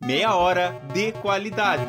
Meia hora de qualidade.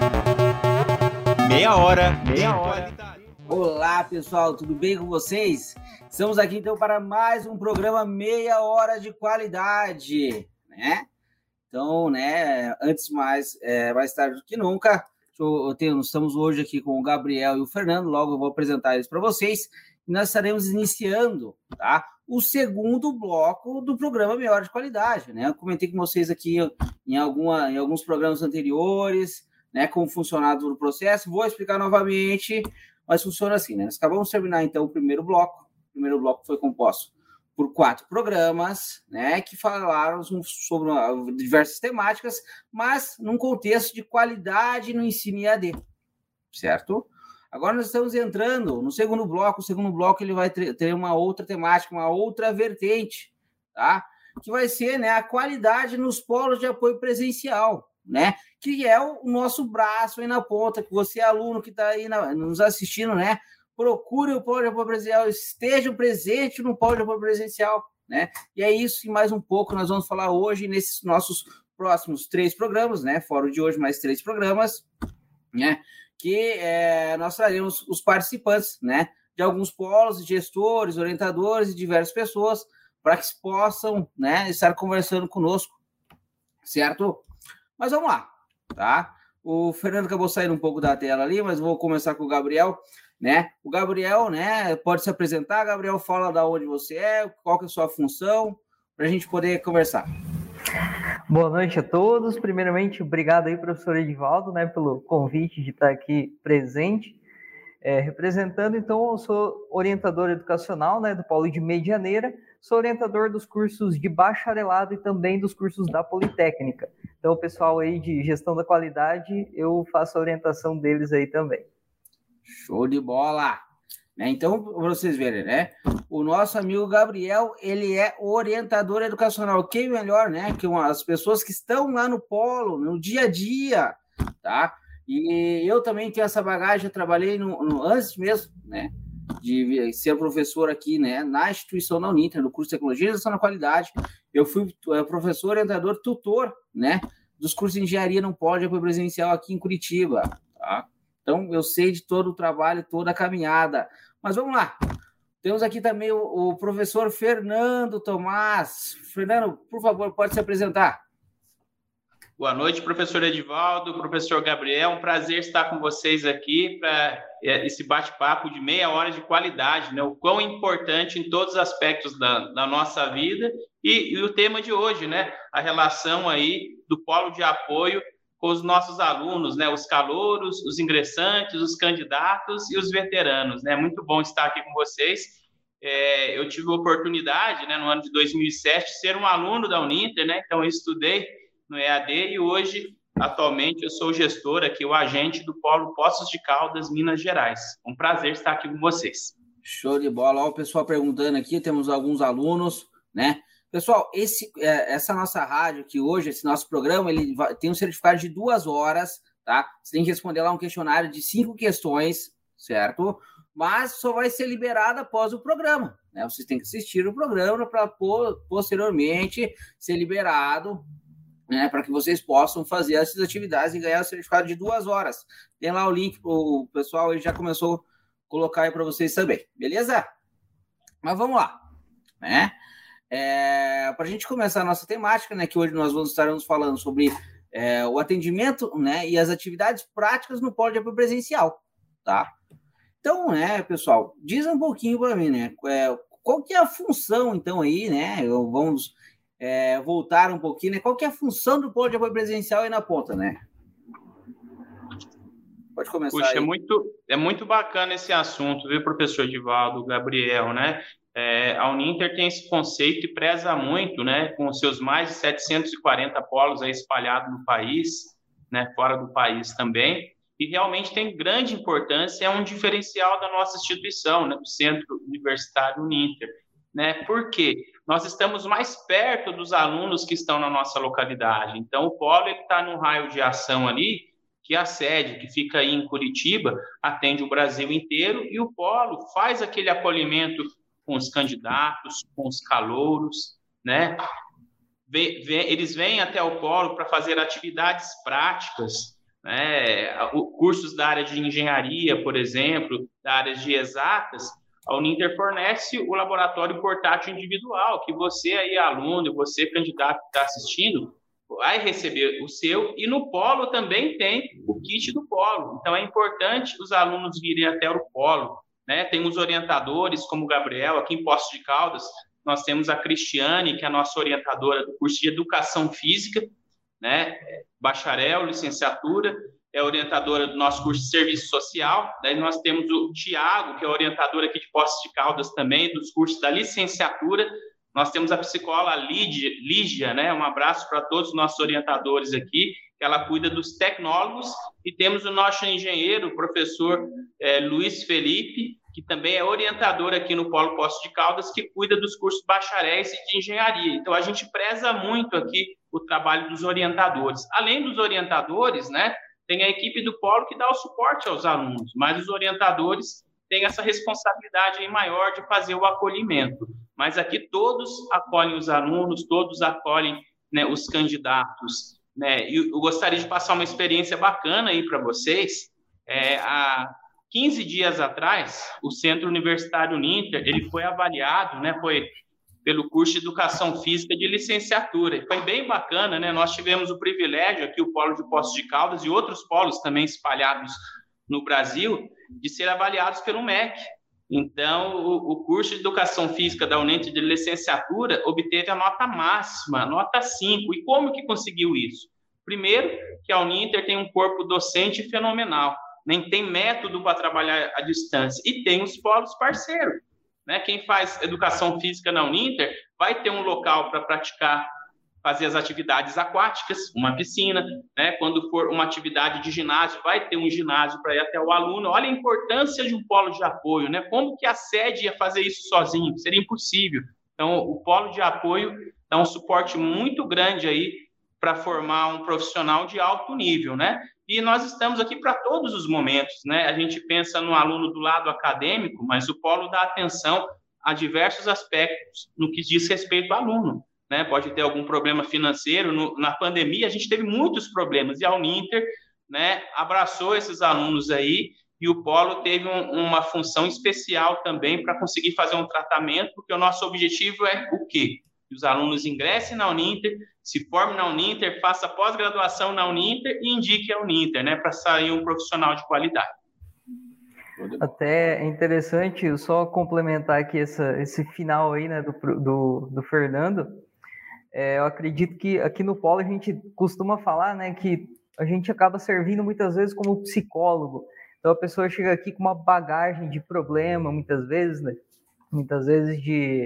Meia hora de qualidade. Olá, pessoal, tudo bem com vocês? Estamos aqui então para mais um programa Meia Hora de Qualidade, né? Então, né, antes mais tarde do que nunca, estamos hoje aqui com o Gabriel e o Fernando, logo eu vou apresentar eles para vocês, e nós estaremos iniciando, tá? O segundo bloco do programa Meia Hora de Qualidade, né? Eu comentei com vocês aqui em alguns programas anteriores, né, como funcionava o processo, vou explicar novamente, mas funciona assim, né? Nós acabamos de terminar, então, o primeiro bloco. O primeiro bloco foi composto por 4 programas, né, que falaram sobre diversas temáticas, mas num contexto de qualidade no ensino EAD, certo? Agora nós estamos entrando no segundo bloco. O segundo bloco ele vai ter uma outra temática, uma outra vertente, tá? Que vai ser, né, a qualidade nos polos de apoio presencial, né? Que é o nosso braço aí na ponta, que você, aluno que está aí nos assistindo, né? Procure o polo de apoio presencial, esteja presente no polo de apoio presencial, né? E é isso e mais um pouco nós vamos falar hoje nesses nossos próximos 3 programas, né? Fora o de hoje, mais 3 programas, né? Que nós traremos os participantes, né, de alguns polos, gestores, orientadores e diversas pessoas para que possam, né, estar conversando conosco, certo? Mas vamos lá, tá? O Fernando acabou saindo um pouco da tela ali, mas vou começar com o Gabriel, né? O Gabriel, né, pode se apresentar. Gabriel, fala da onde você é, qual que é a sua função, para a gente poder conversar. Boa noite a todos. Primeiramente, obrigado aí, professor Edivaldo, né, pelo convite de estar aqui presente. Representando, então, eu sou orientador educacional, né, do Polo de Medianeira, sou orientador dos cursos de bacharelado e também dos cursos da Politécnica. Então, o pessoal aí de gestão da qualidade, eu faço a orientação deles aí também. Show de bola! Então, para vocês verem, né? O nosso amigo Gabriel, ele é orientador educacional. Quem melhor, né? Que as pessoas que estão lá no polo, no dia a dia, tá? E eu também tenho essa bagagem, eu trabalhei antes mesmo, né? De ser professor aqui, né? Na instituição da Uninter, no curso de Tecnologia e Gestão da Qualidade. Eu fui professor, orientador, tutor, né? Dos cursos de engenharia no polo de apoio presencial aqui em Curitiba, tá? Então, eu sei de todo o trabalho, toda a caminhada. Mas vamos lá. Temos aqui também o professor Fernando Tomás. Fernando, por favor, pode se apresentar. Boa noite, professor Edivaldo, professor Gabriel. Um prazer estar com vocês aqui para esse bate-papo de meia hora de qualidade, né? O quão importante em todos os aspectos da nossa vida. E o tema de hoje, né? A relação aí do polo de apoio com os nossos alunos, né, os calouros, os ingressantes, os candidatos e os veteranos, né? Muito bom estar aqui com vocês. Eu tive a oportunidade, né, no ano de 2007, de ser um aluno da Uninter, né? Então eu estudei no EAD e hoje, atualmente, eu sou o gestor aqui, o agente do Polo Poços de Caldas, Minas Gerais. Um prazer estar aqui com vocês. Show de bola. Olha o pessoal perguntando aqui, temos alguns alunos, né? Pessoal, essa nossa rádio aqui hoje, esse nosso programa, ele tem um certificado de 2 horas, tá? Você tem que responder lá um questionário de 5 questões, certo? Mas só vai ser liberado após o programa, né? Vocês têm que assistir o programa para posteriormente ser liberado, né? Para que vocês possam fazer essas atividades e ganhar o certificado de 2 horas. Tem lá o link, o pessoal ele já começou a colocar aí para vocês também, beleza? Mas vamos lá, né? Para a gente começar a nossa temática, né, que hoje nós estaremos falando sobre o atendimento, né, e as atividades práticas no polo de apoio presencial, tá? Então, né, pessoal, diz um pouquinho para mim, né, qual que é a função, então, aí, né, vamos voltar um pouquinho, né, qual que é a função do polo de apoio presencial aí na ponta, né? Pode começar. Puxa, é muito bacana esse assunto, viu, professor Edivaldo, Gabriel, né? A Uninter tem esse conceito e preza muito, né, com seus mais de 740 polos aí espalhados no país, né, fora do país também, e realmente tem grande importância, é um diferencial da nossa instituição, né, do Centro Universitário Uninter, né? Por quê? Nós estamos mais perto dos alunos que estão na nossa localidade, então o polo está num raio de ação ali, que a sede, que fica aí em Curitiba, atende o Brasil inteiro, e o polo faz aquele acolhimento com os candidatos, com os calouros, né? eles vêm até o polo para fazer atividades práticas, né? Cursos da área de engenharia, por exemplo, da área de exatas. A Uninter fornece o laboratório portátil individual, que você aí, aluno, você, candidato que está assistindo, vai receber o seu, e no polo também tem o kit do polo. Então, é importante os alunos virem até o polo, né? Tem os orientadores, como o Gabriel, aqui em Poços de Caldas, nós temos a Cristiane, que é a nossa orientadora do curso de Educação Física, né? Bacharel, licenciatura, é orientadora do nosso curso de Serviço Social. Daí nós temos o Tiago, que é orientador aqui de Poços de Caldas também, dos cursos da licenciatura. Nós temos a psicóloga Lígia, né? Um abraço para todos os nossos orientadores aqui, que ela cuida dos tecnólogos. E temos o nosso engenheiro, o professor Luiz Felipe, que também é orientador aqui no Polo Poços de Caldas, que cuida dos cursos bacharéis e de engenharia. Então, a gente preza muito aqui o trabalho dos orientadores. Além dos orientadores, né, tem a equipe do Polo que dá o suporte aos alunos, mas os orientadores têm essa responsabilidade aí maior de fazer o acolhimento. Mas aqui todos acolhem os alunos, todos acolhem, né, os candidatos, né? E eu gostaria de passar uma experiência bacana aí para vocês. Há 15 dias atrás, o Centro Universitário Uninter, ele foi avaliado, né, foi pelo curso de Educação Física de licenciatura. Foi bem bacana, né? Nós tivemos o privilégio aqui, o Polo de Poços de Caldas e outros polos também espalhados no Brasil, de ser avaliados pelo MEC. Então, o curso de Educação Física da Uninter de licenciatura obteve a nota máxima, nota 5. E como que conseguiu isso? Primeiro, que a Uninter tem um corpo docente fenomenal, nem tem método para trabalhar à distância, e tem os polos parceiros, né? Quem faz educação física na Uninter vai ter um local para praticar, fazer as atividades aquáticas, uma piscina, né? Quando for uma atividade de ginásio, vai ter um ginásio para ir até o aluno. Olha a importância de um polo de apoio, né? Como que a sede ia fazer isso sozinho? Seria impossível. Então, o polo de apoio dá um suporte muito grande aí para formar um profissional de alto nível, né? E nós estamos aqui para todos os momentos, né? A gente pensa no aluno do lado acadêmico, mas o polo dá atenção a diversos aspectos no que diz respeito ao aluno, né? Pode ter algum problema financeiro. Na pandemia, a gente teve muitos problemas, e a Uninter, né, abraçou esses alunos aí, e o polo teve uma função especial também para conseguir fazer um tratamento, porque o nosso objetivo é o quê? Que os alunos ingressem na Uninter, se formem na Uninter, façam pós-graduação na Uninter e indiquem a Uninter, né, para sair um profissional de qualidade. Até é interessante só complementar aqui esse final aí, né, do Fernando. Eu acredito que aqui no Polo a gente costuma falar, né, que a gente acaba servindo muitas vezes como psicólogo. Então a pessoa chega aqui com uma bagagem de problema, muitas vezes, né, muitas vezes de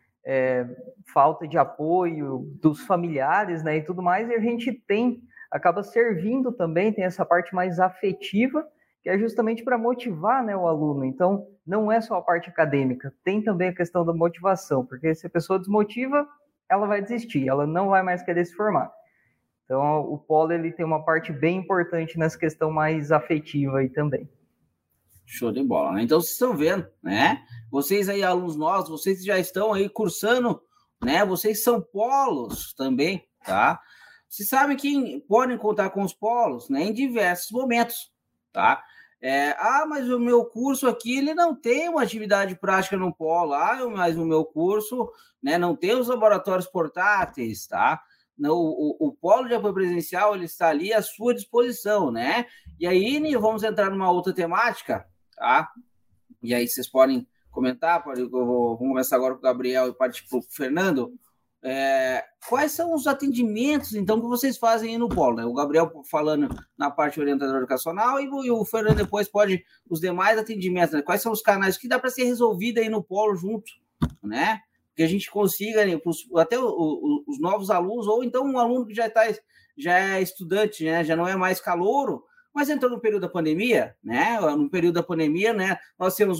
falta de apoio dos familiares, né, e tudo mais, e a gente acaba servindo também, tem essa parte mais afetiva, que é justamente para motivar, né, o aluno. Então, não é só a parte acadêmica, tem também a questão da motivação, porque se a pessoa desmotiva, ela vai desistir, ela não vai mais querer se formar. Então, o polo ele tem uma parte bem importante nessa questão mais afetiva aí também. Show de bola, né? Então, vocês estão vendo, né? Vocês aí, alunos nossos, vocês já estão aí cursando, né? Vocês são polos também, tá? Vocês sabem que podem contar com os polos, né? Em diversos momentos, tá? Mas o meu curso aqui, ele não tem uma atividade prática no polo. Mas o meu curso, né, não tem os laboratórios portáteis, tá? O polo de apoio presencial, ele está ali à sua disposição, né? E aí, vamos entrar numa outra temática, tá? E aí vocês podem comentar, vamos começar agora com o Gabriel e partir para o Fernando. Quais são os atendimentos, então, que vocês fazem aí no polo, né? O Gabriel falando na parte orientadora educacional e o Fernando depois pode os demais atendimentos, né? Quais são os canais que dá para ser resolvido aí no polo junto, né? Que a gente consiga, né, até os novos alunos, ou então um aluno que já é estudante, né? Já não é mais calouro, mas entrou no período da pandemia, né? No período da pandemia, né? Nós temos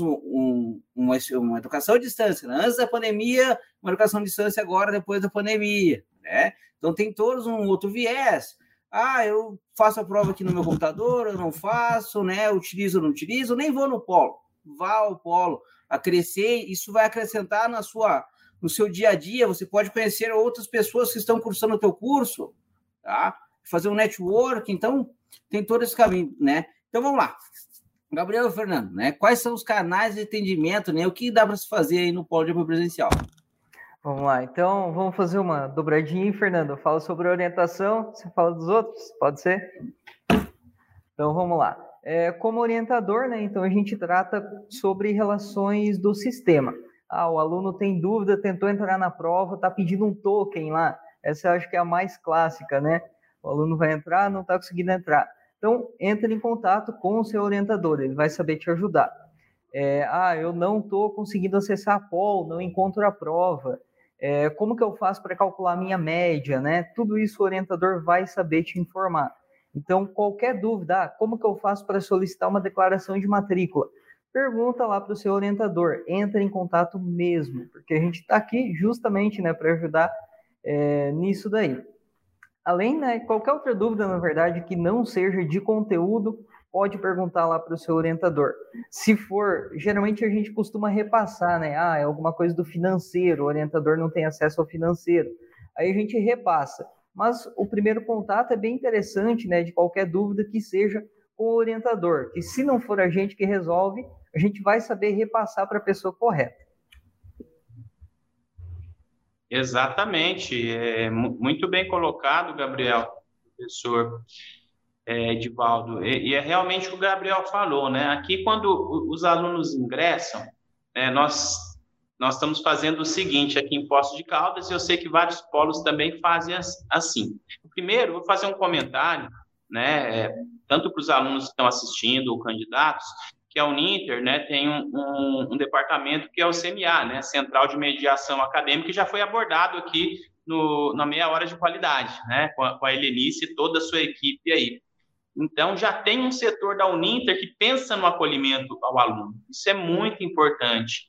uma educação à distância, né? Antes da pandemia, uma educação à distância agora, depois da pandemia, né? Então tem todos um outro viés. Eu faço a prova aqui no meu computador, eu não faço, né? Utilizo ou não utilizo, nem vou no polo. Vá ao polo a crescer, isso vai acrescentar no seu dia a dia, você pode conhecer outras pessoas que estão cursando o teu curso, tá? Fazer um network, então tem todo esse caminho, né? Então vamos lá. Gabriel e Fernando, né? Quais são os canais de atendimento, né? O que dá para se fazer aí no polo de apoio presencial? Vamos lá, então vamos fazer uma dobradinha, Fernando. Eu falo sobre orientação, você fala dos outros, pode ser? Então vamos lá. Como orientador, né? Então a gente trata sobre relações do sistema. O aluno tem dúvida, tentou entrar na prova, está pedindo um token lá. Essa eu acho que é a mais clássica, né? O aluno vai entrar, não está conseguindo entrar. Então, entre em contato com o seu orientador, ele vai saber te ajudar. Eu não estou conseguindo acessar a POL, não encontro a prova. Como que eu faço para calcular a minha média, né? Tudo isso o orientador vai saber te informar. Então, qualquer dúvida, como que eu faço para solicitar uma declaração de matrícula? Pergunta lá para o seu orientador, entra em contato mesmo, porque a gente está aqui justamente, né, para ajudar nisso daí. Além, né, qualquer outra dúvida, na verdade, que não seja de conteúdo, pode perguntar lá para o seu orientador. Se for, geralmente a gente costuma repassar, né? É alguma coisa do financeiro, o orientador não tem acesso ao financeiro. Aí a gente repassa. Mas o primeiro contato é bem interessante, né? De qualquer dúvida que seja com o orientador. Que se não for a gente que resolve, a gente vai saber repassar para a pessoa correta. Exatamente, muito bem colocado, Gabriel, professor Edivaldo, e é realmente o que o Gabriel falou, né? Aqui, quando os alunos ingressam, nós estamos fazendo o seguinte aqui em Poços de Caldas, e eu sei que vários polos também fazem assim. Primeiro, vou fazer um comentário, né? Tanto para os alunos que estão assistindo ou candidatos, que a Uninter, né, tem um departamento que é o CMA, né, Central de Mediação Acadêmica, que já foi abordado aqui na meia hora de qualidade, né, com a Helenice e toda a sua equipe aí. Então, já tem um setor da Uninter que pensa no acolhimento ao aluno. Isso é muito importante.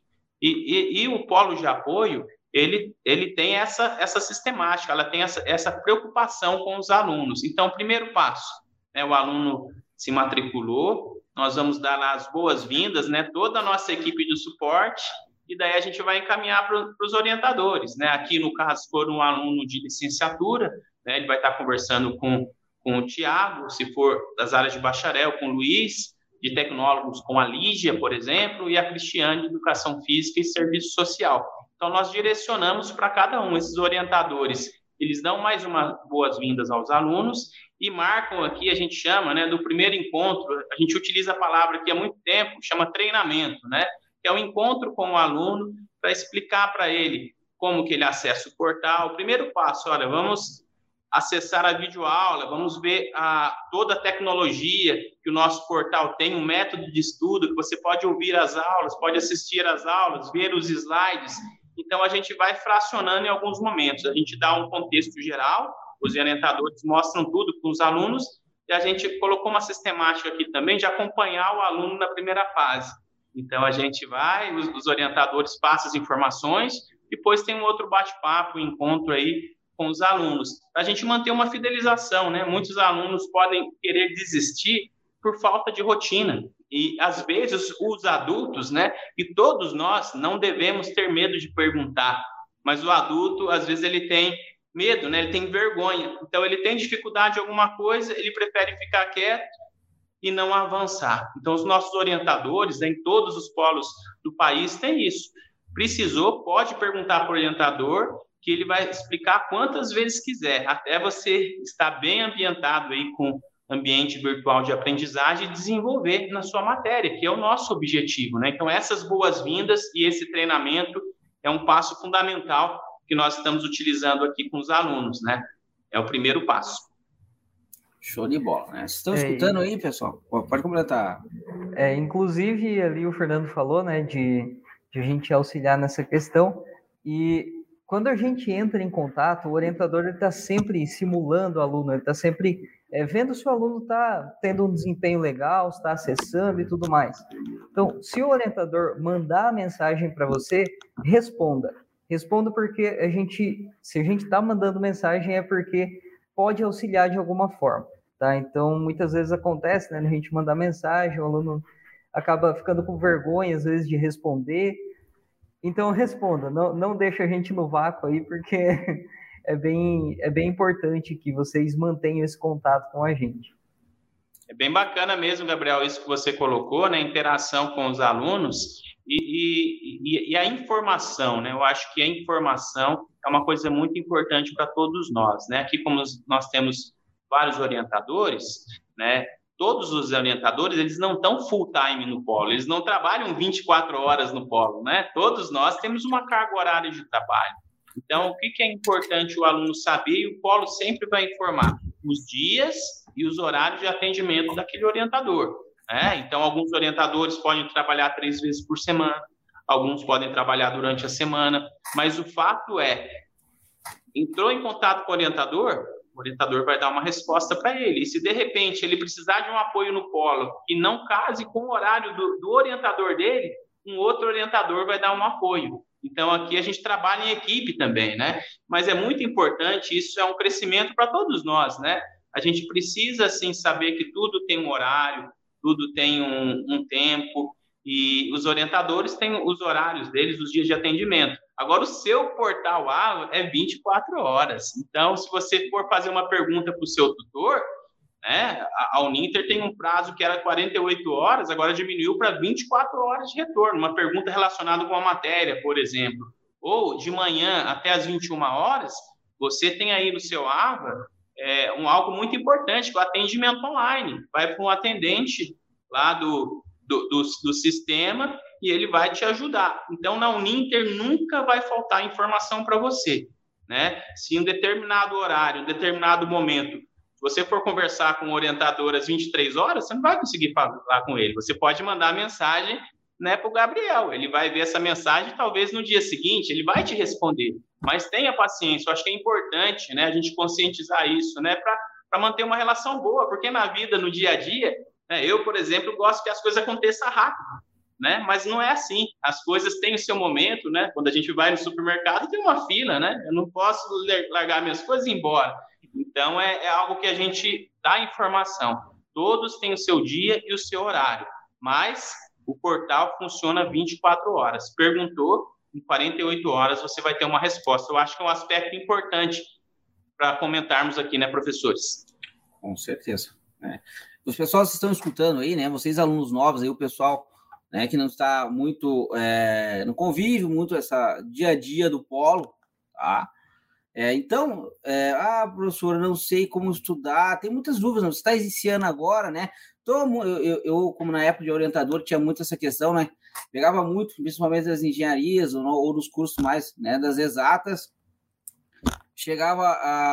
E o polo de apoio, ele tem essa sistemática, ela tem essa preocupação com os alunos. Então, primeiro passo, né, o aluno se matriculou, nós vamos dar lá as boas-vindas, né, toda a nossa equipe de suporte, e daí a gente vai encaminhar para os orientadores, né? Aqui, no caso, se for um aluno de licenciatura, né, ele vai estar conversando com o Tiago, se for das áreas de bacharel, com o Luiz, de tecnólogos, com a Lígia, por exemplo, e a Cristiane, de Educação Física e Serviço Social. Então, nós direcionamos para cada um, esses orientadores, eles dão mais uma boas-vindas aos alunos e marcam aqui, a gente chama, né, do primeiro encontro, a gente utiliza a palavra aqui há muito tempo, chama treinamento, né, que é o encontro com o aluno para explicar para ele como que ele acessa o portal. O primeiro passo, olha, vamos acessar a videoaula, vamos ver toda a tecnologia que o nosso portal tem, um método de estudo que você pode ouvir as aulas, pode assistir às aulas, ver os slides. Então, a gente vai fracionando em alguns momentos. A gente dá um contexto geral, os orientadores mostram tudo para os alunos, e a gente colocou uma sistemática aqui também de acompanhar o aluno na primeira fase. Então, a gente vai, os orientadores passam as informações, depois tem um outro bate-papo, um encontro aí com os alunos, para a gente manter uma fidelização, né? Muitos alunos podem querer desistir por falta de rotina, e às vezes os adultos, né? E todos nós não devemos ter medo de perguntar, mas o adulto, às vezes, ele tem medo, né? Ele tem vergonha, então ele tem dificuldade em alguma coisa, ele prefere ficar quieto e não avançar. Então, os nossos orientadores, né, em todos os polos do país, tem isso. Precisou, pode perguntar para o orientador, que ele vai explicar quantas vezes quiser, até você estar bem ambientado aí com ambiente virtual de aprendizagem e desenvolver na sua matéria, que é o nosso objetivo, né? Então, essas boas-vindas e esse treinamento é um passo fundamental que nós estamos utilizando aqui com os alunos, né? É o primeiro passo. Show de bola, né? Vocês estão escutando aí, pessoal? Pode completar. Inclusive, ali o Fernando falou, né, de a gente auxiliar nessa questão, e quando a gente entra em contato, o orientador está sempre simulando o aluno, ele está sempre vendo se o aluno está tendo um desempenho legal, está acessando e tudo mais. Então, se o orientador mandar a mensagem para você, responda. Responda porque se a gente está mandando mensagem é porque pode auxiliar de alguma forma, tá? Então, muitas vezes acontece, né, a gente mandar mensagem, o aluno acaba ficando com vergonha, às vezes, de responder. Então responda, não deixa a gente no vácuo aí, porque é bem importante que vocês mantenham esse contato com a gente. É bem bacana mesmo, Gabriel, isso que você colocou, né? Interação com os alunos e a informação, né? Eu acho que a informação é uma coisa muito importante para todos nós, né? Aqui, como nós temos vários orientadores, né? Todos os orientadores, eles não estão full time no polo, eles não trabalham 24 horas no polo, né? Todos nós temos uma carga horária de trabalho. Então, o que é importante o aluno saber? E o polo sempre vai informar os dias e os horários de atendimento daquele orientador, né? Então, alguns orientadores podem trabalhar 3 vezes por semana, alguns podem trabalhar durante a semana, mas o fato é, entrou em contato com o orientador vai dar uma resposta para ele. E se, de repente, ele precisar de um apoio no polo que não case com o horário do orientador dele, um outro orientador vai dar um apoio. Então, aqui a gente trabalha em equipe também, né? Mas é muito importante, isso é um crescimento para todos nós, né? A gente precisa, sim, saber que tudo tem um horário, tudo tem um tempo, e os orientadores têm os horários deles, os dias de atendimento. Agora, o seu portal A é 24 horas. Então, se você for fazer uma pergunta para o seu tutor, né, a Uninter tem um prazo que era 48 horas, agora diminuiu para 24 horas de retorno. Uma pergunta relacionada com a matéria, por exemplo. Ou, de manhã até as 21 horas, você tem aí no seu AVA algo muito importante, que é o atendimento online. Vai para um atendente lá do sistema e ele vai te ajudar. Então, na Uninter nunca vai faltar informação para você, né? Se em um determinado horário, em um determinado momento, você for conversar com o orientador às 23 horas, você não vai conseguir falar com ele. Você pode mandar mensagem, né, para o Gabriel. Ele vai ver essa mensagem, talvez no dia seguinte, ele vai te responder. Mas tenha paciência. Eu acho que é importante, né, a gente conscientizar isso, né, para manter uma relação boa, porque na vida, no dia a dia, eu, por exemplo, gosto que as coisas aconteçam rápido, né? Mas não é assim. As coisas têm o seu momento, né? Quando a gente vai no supermercado, tem uma fila, né? Eu não posso largar minhas coisas e ir embora. Então, é algo que a gente dá informação. Todos têm o seu dia e o seu horário, mas o portal funciona 24 horas. Perguntou, em 48 horas você vai ter uma resposta. Eu acho que é um aspecto importante para comentarmos aqui, né, professores? Com certeza, né? Os pessoal que estão escutando aí, né? Vocês alunos novos aí, o pessoal, né, que não está muito, não convive muito essa dia a dia do polo, tá? Então, professor, não sei como estudar, tem muitas dúvidas, você está iniciando agora, né? Eu, como na época de orientador, tinha muito essa questão, né? Pegava muito, principalmente das engenharias ou dos cursos mais, né, das exatas. Chegava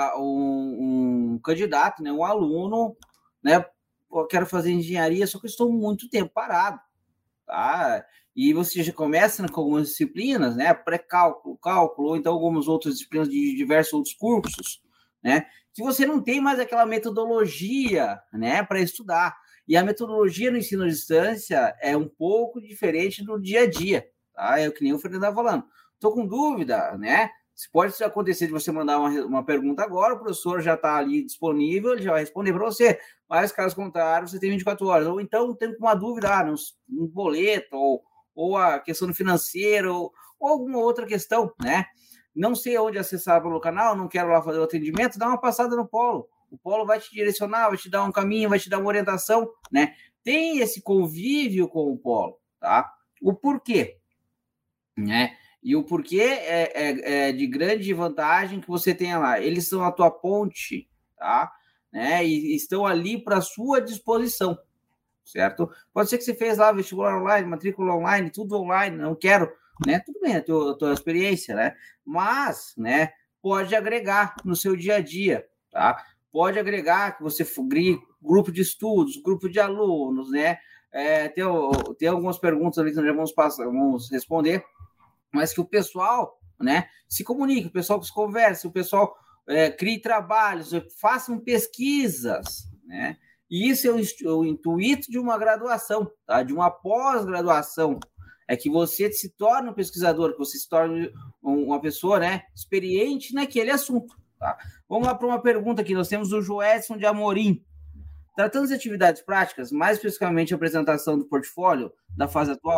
um candidato, né, um aluno, né? Eu quero fazer engenharia, só que eu estou muito tempo parado, tá? E você já começa com algumas disciplinas, né? Pré-cálculo, cálculo, ou então algumas outras disciplinas de diversos outros cursos, né? Que você não tem mais aquela metodologia, né, para estudar. E a metodologia no ensino à distância é um pouco diferente do dia a dia, tá? É o que nem o Fernando estava falando. Estou com dúvida, né? Pode acontecer de você mandar uma pergunta agora, o professor já está ali disponível, ele já vai responder para você. Mas, caso contrário, você tem 24 horas. Ou então tem uma dúvida, no boleto, ou a questão do financeiro, ou alguma outra questão, né? Não sei onde acessar pelo canal, não quero lá fazer o atendimento, dá uma passada no polo. O polo vai te direcionar, vai te dar um caminho, vai te dar uma orientação, né? Tem esse convívio com o polo, tá? O porquê, né? E o porquê é de grande vantagem que você tenha lá. Eles são a tua ponte, tá? Né? E estão ali para a sua disposição, certo? Pode ser que você fez lá vestibular online, matrícula online, tudo online, não quero, né? Tudo bem, a tua experiência, né? Mas, né, pode agregar no seu dia a dia, tá? Pode agregar que você grupo de estudos, grupo de alunos, né? Tem algumas perguntas ali que nós já vamos responder, mas que o pessoal, né, se comunique, o pessoal que se converse, o pessoal crie trabalhos, façam pesquisas, né? E isso é o intuito de uma graduação, tá? De uma pós-graduação, é que você se torne um pesquisador, que você se torne uma pessoa, né, experiente naquele assunto, tá? Vamos lá para uma pergunta aqui, nós temos o Joedson de Amorim. Tratando de atividades práticas, mais especificamente a apresentação do portfólio da fase atual,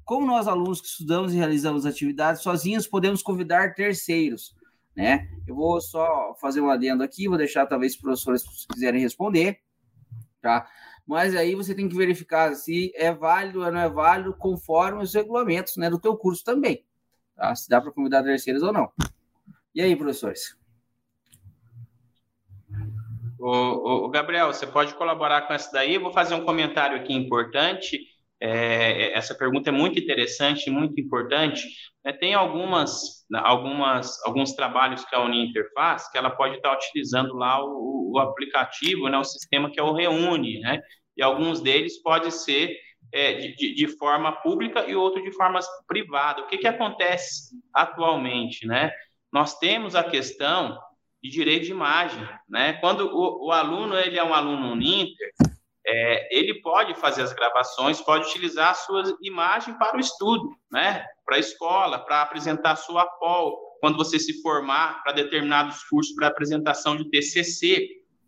como nós, alunos que estudamos e realizamos atividades sozinhos, podemos convidar terceiros, né? Eu vou só fazer um adendo aqui, vou deixar talvez os professores quiserem responder, tá? Mas aí você tem que verificar se é válido ou não é válido conforme os regulamentos, né, do teu curso também, tá? Se dá para convidar terceiros ou não. E aí, professores? O Gabriel, você pode colaborar com essa daí? Eu vou fazer um comentário aqui importante. Essa pergunta é muito interessante, muito importante. Tem alguns trabalhos que a Uninter faz que ela pode estar utilizando lá o aplicativo, né, o sistema que é o Reúne, né? E alguns deles podem ser de forma pública e outro de forma privada. O que acontece atualmente, né? Nós temos a questão de direito de imagem, né? Quando o aluno ele é um aluno Uninter, ele pode fazer as gravações, pode utilizar a sua imagem para o estudo, né? Para a escola, para apresentar a sua POL, quando você se formar para determinados cursos, para apresentação de TCC.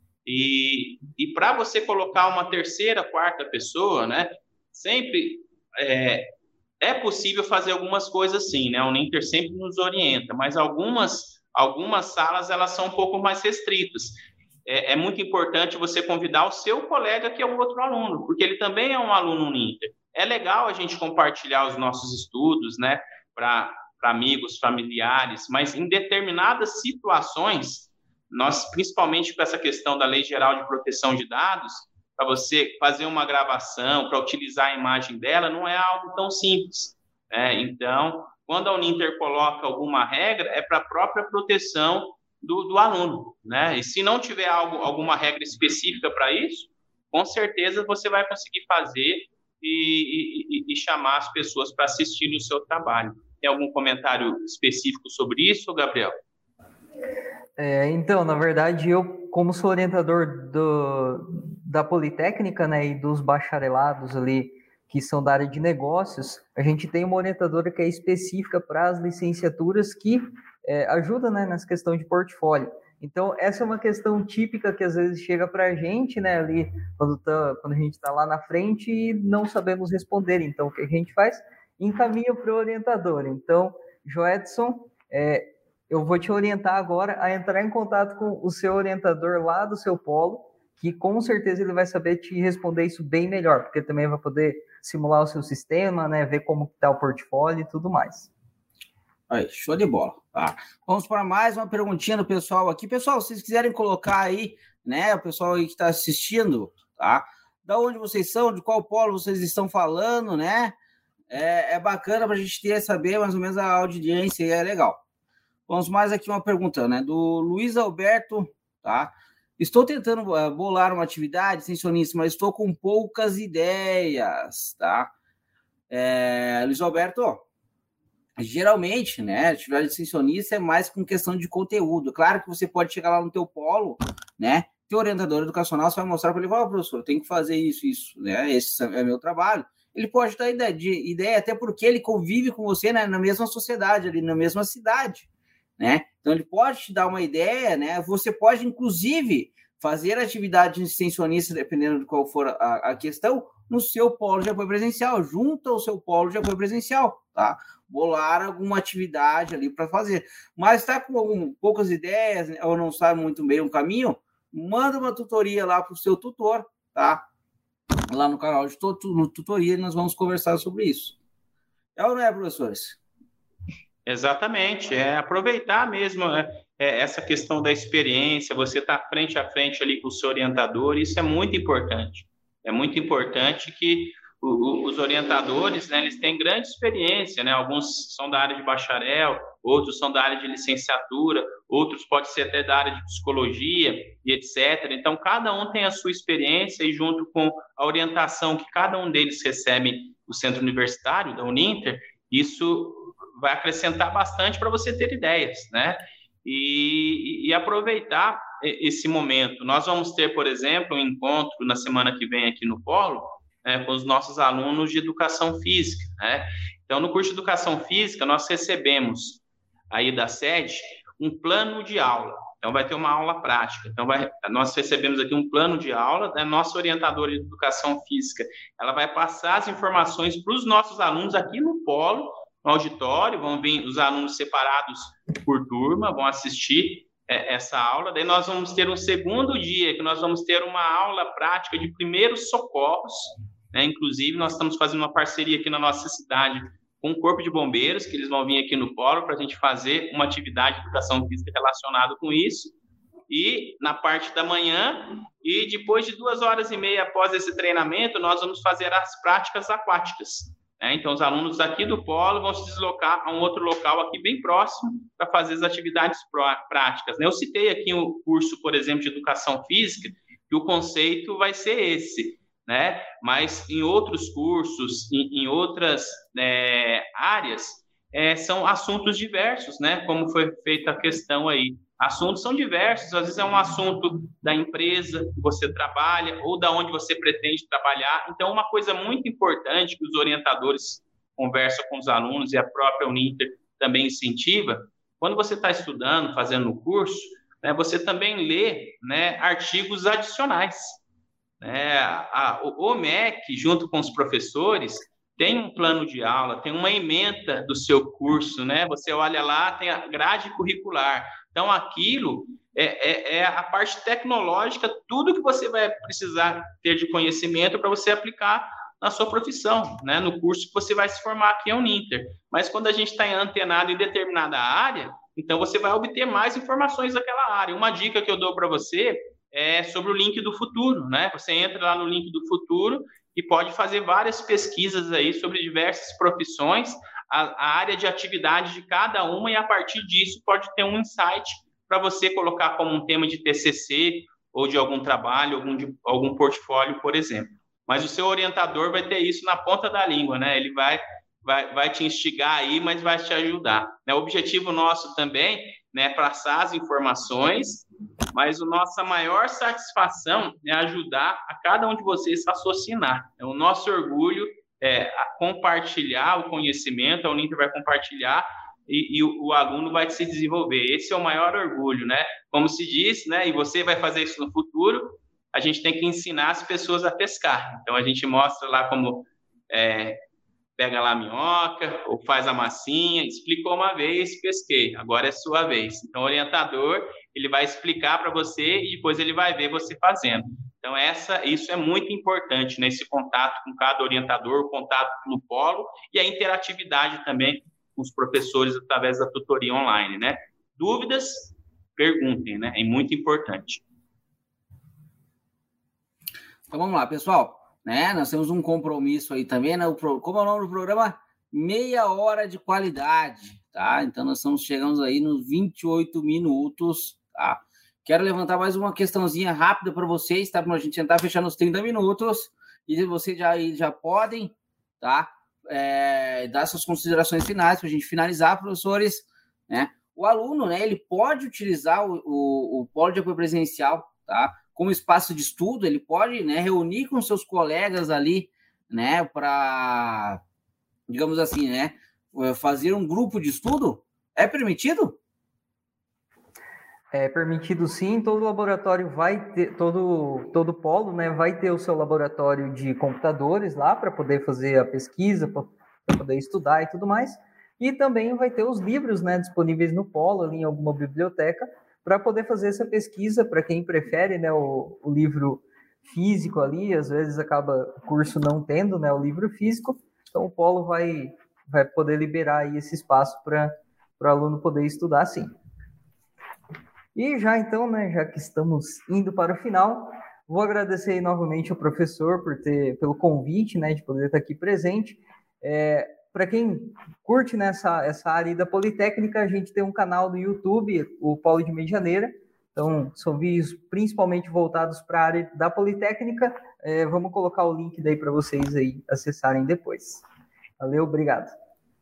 E para você colocar uma terceira, quarta pessoa, né? Sempre é possível fazer algumas coisas assim, né? O Uninter sempre nos orienta, mas algumas salas elas são um pouco mais restritas. É muito importante você convidar o seu colega que é o outro aluno, porque ele também é um aluno Uninter. É legal a gente compartilhar os nossos estudos, né, para amigos, familiares, mas em determinadas situações, nós, principalmente com essa questão da Lei Geral de Proteção de Dados, para você fazer uma gravação, para utilizar a imagem dela, não é algo tão simples, né? Então, quando a Uninter coloca alguma regra, é para a própria proteção do aluno, né? E se não tiver alguma regra específica para isso, com certeza você vai conseguir fazer e chamar as pessoas para assistirem o seu trabalho. Tem algum comentário específico sobre isso, Gabriel? Então, na verdade, eu, como sou orientador da Politécnica, né, e dos bacharelados ali, que são da área de negócios, a gente tem uma orientadora que é específica para as licenciaturas que ajuda, né, nessa questão de portfólio. Então, essa é uma questão típica que às vezes chega para a gente, né, ali, quando a gente está lá na frente e não sabemos responder. Então, o que a gente faz? Encaminha para o orientador. Então, Joedson, eu vou te orientar agora a entrar em contato com o seu orientador lá do seu polo, que com certeza ele vai saber te responder isso bem melhor, porque também vai poder simular o seu sistema, né, ver como está o portfólio e tudo mais. Aí, show de bola. Tá. Vamos para mais uma perguntinha do pessoal aqui. Pessoal, se vocês quiserem colocar aí, né, o pessoal aí que está assistindo, tá? Da onde vocês são, de qual polo vocês estão falando, né? É bacana para a gente saber mais ou menos a audiência e é legal. Vamos mais aqui uma pergunta, né? Do Luiz Alberto, tá? Estou tentando bolar uma atividade extensionista, mas estou com poucas ideias, tá? Luiz Alberto, geralmente, né, atividade extensionista é mais com questão de conteúdo. Claro que você pode chegar lá no teu polo, né? Teu orientador educacional, você vai mostrar para ele, professor, eu tenho que fazer isso, né? Esse é meu trabalho. Ele pode dar ideia, até porque ele convive com você, né, na mesma sociedade, ali na mesma cidade, né? Então, ele pode te dar uma ideia, né? Você pode, inclusive, fazer atividade extensionista, dependendo de qual for a questão, no seu polo de apoio presencial, junto ao seu polo de apoio presencial, tá? Bolar alguma atividade ali para fazer. Mas está com poucas ideias, né, ou não sabe muito bem o caminho, manda uma tutoria lá para o seu tutor, tá? Lá no canal de tutoria, nós vamos conversar sobre isso. É ou não é, professores? Exatamente, aproveitar mesmo essa questão da experiência, você está frente a frente ali com o seu orientador, isso é muito importante. É muito importante que os orientadores, né, eles têm grande experiência, né? Alguns são da área de bacharel, outros são da área de licenciatura, outros podem ser até da área de psicologia e etc. Então, cada um tem a sua experiência e junto com a orientação que cada um deles recebe no centro universitário, da Uninter, isso vai acrescentar bastante para você ter ideias, né? E aproveitar esse momento. Nós vamos ter, por exemplo, um encontro na semana que vem aqui no Polo, com os nossos alunos de Educação Física, né? Então, no curso de Educação Física, nós recebemos aí da sede um plano de aula, Então, vai ter uma aula prática. Então, nós recebemos aqui um plano de aula, né? Nossa orientadora de educação física, ela vai passar as informações para os nossos alunos aqui no polo, no auditório, vão vir os alunos separados por turma, vão assistir essa aula. Daí nós vamos ter um segundo dia, que nós vamos ter uma aula prática de primeiros socorros, né? Inclusive, nós estamos fazendo uma parceria aqui na nossa cidade com o Corpo de Bombeiros, que eles vão vir aqui no polo para a gente fazer uma atividade de educação física relacionada com isso. E na parte da manhã, e depois de 2h30 após esse treinamento, nós vamos fazer as práticas aquáticas, né? Então, os alunos aqui do polo vão se deslocar a um outro local aqui bem próximo para fazer as atividades práticas, né? Eu citei aqui o curso, por exemplo, de educação física, e o conceito vai ser esse, né? Mas em outros cursos, em outras áreas, são assuntos diversos, né? Como foi feita a questão aí. Assuntos são diversos, às vezes é um assunto da empresa que você trabalha ou da onde você pretende trabalhar. Então, uma coisa muito importante que os orientadores conversam com os alunos e a própria Uninter também incentiva, quando você está estudando, fazendo o curso, né, você também lê, né, artigos adicionais. O MEC, junto com os professores, tem um plano de aula, tem uma ementa do seu curso, né? Você olha lá, tem a grade curricular. Então, aquilo é a parte tecnológica, tudo que você vai precisar ter de conhecimento para você aplicar na sua profissão, né? No curso que você vai se formar aqui em Uninter. Mas quando a gente está antenado em determinada área, então você vai obter mais informações daquela área. Uma dica que eu dou para você é sobre o link do futuro, né? Você entra lá no link do futuro e pode fazer várias pesquisas aí sobre diversas profissões, a área de atividade de cada uma, e a partir disso pode ter um insight para você colocar como um tema de TCC ou de algum trabalho, algum portfólio, por exemplo. Mas o seu orientador vai ter isso na ponta da língua, né? Ele vai te instigar aí, mas vai te ajudar. O objetivo nosso também, né, é passar as informações, mas a nossa maior satisfação é ajudar a cada um de vocês a raciocinar. O nosso orgulho é compartilhar o conhecimento, a Uninter vai compartilhar e o aluno vai se desenvolver. Esse é o maior orgulho, né? Como se diz, né? E você vai fazer isso no futuro, a gente tem que ensinar as pessoas a pescar. Então, a gente mostra lá como pega lá a minhoca, ou faz a massinha, explicou uma vez, pesquei, agora é sua vez. Então, o orientador, ele vai explicar para você e depois ele vai ver você fazendo. Então, isso é muito importante, né? Esse contato com cada orientador, o contato no polo e a interatividade também com os professores através da tutoria online, né? Dúvidas, perguntem, né? É muito importante. Então, vamos lá, pessoal. Né? Nós temos um compromisso aí também, né? Como é o nome do programa? Meia hora de qualidade, tá? Então, nós chegamos aí nos 28 minutos, tá? Quero levantar mais uma questãozinha rápida para vocês, tá? Para a gente tentar fechar nos 30 minutos. E vocês já podem, tá? Dar suas considerações finais para a gente finalizar, professores, né? O aluno, né? Ele pode utilizar o polo de apoio presencial, tá? Como espaço de estudo, ele pode, né, reunir com seus colegas ali, né, para, digamos assim, né, fazer um grupo de estudo? É permitido? É permitido sim, todo laboratório vai ter, todo polo, né, vai ter o seu laboratório de computadores lá para poder fazer a pesquisa, para poder estudar e tudo mais, e também vai ter os livros, né, disponíveis no polo, ali em alguma biblioteca, para poder fazer essa pesquisa, para quem prefere, né, o livro físico ali, às vezes acaba o curso não tendo, né, o livro físico, então o polo vai poder liberar aí esse espaço para o aluno poder estudar, sim. E já então, né, já que estamos indo para o final, vou agradecer aí novamente ao professor pelo convite, né, de poder estar aqui presente. Para quem curte nessa essa área da Politécnica, a gente tem um canal no YouTube, o Polo de Medianeira. Então, são vídeos principalmente voltados para a área da Politécnica. Vamos colocar o link daí para vocês aí acessarem depois. Valeu, obrigado.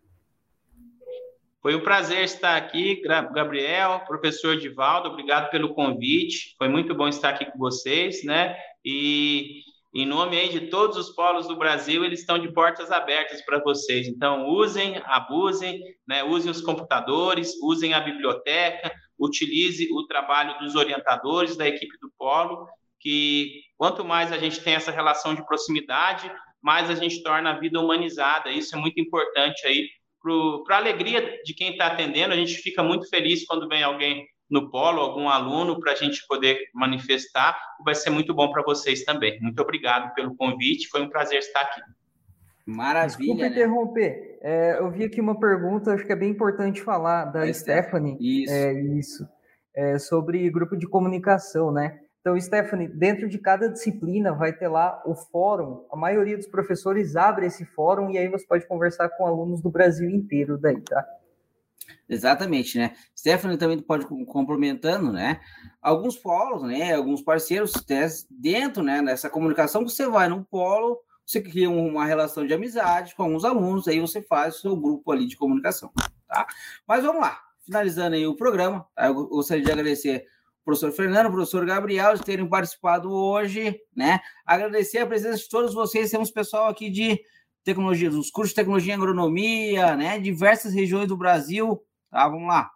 Foi um prazer estar aqui, Gabriel, professor Edivaldo, obrigado pelo convite. Foi muito bom estar aqui com vocês, né? E em nome aí de todos os polos do Brasil, eles estão de portas abertas para vocês. Então, usem, abusem, né? Usem os computadores, usem a biblioteca, utilize o trabalho dos orientadores, da equipe do Polo, que quanto mais a gente tem essa relação de proximidade, mais a gente torna a vida humanizada. Isso é muito importante aí para a alegria de quem está atendendo. A gente fica muito feliz quando vem alguém no Polo, algum aluno, para a gente poder manifestar. Vai ser muito bom para vocês também. Muito obrigado pelo convite, foi um prazer estar aqui. Maravilha, Desculpa interromper. Eu vi aqui uma pergunta, acho que é bem importante falar, da Stephanie. Isso. Sobre grupo de comunicação, né? Então, Stephanie, dentro de cada disciplina vai ter lá o fórum. A maioria dos professores abre esse fórum e aí você pode conversar com alunos do Brasil inteiro daí, tá? Exatamente, né? Stephanie também pode complementando, né? Alguns polos, né? Alguns parceiros dentro, né? Nessa comunicação, você vai num polo, você cria uma relação de amizade com alguns alunos, aí você faz o seu grupo ali de comunicação, tá? Mas vamos lá, finalizando aí o programa, tá? Eu gostaria de agradecer o professor Fernando, o professor Gabriel, de terem participado hoje, né? Agradecer a presença de todos vocês, temos pessoal aqui de tecnologia, dos cursos de tecnologia e agronomia, né? Diversas regiões do Brasil, tá? Vamos lá.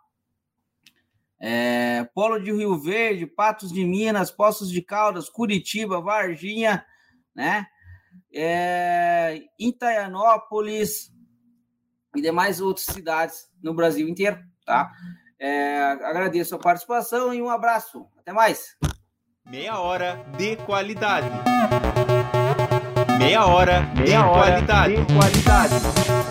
Polo de Rio Verde, Patos de Minas, Poços de Caldas, Curitiba, Varginha, né? Intaianópolis e demais outras cidades no Brasil inteiro, tá? Agradeço a participação e um abraço. Até mais. Meia hora de qualidade. Meia hora de qualidade.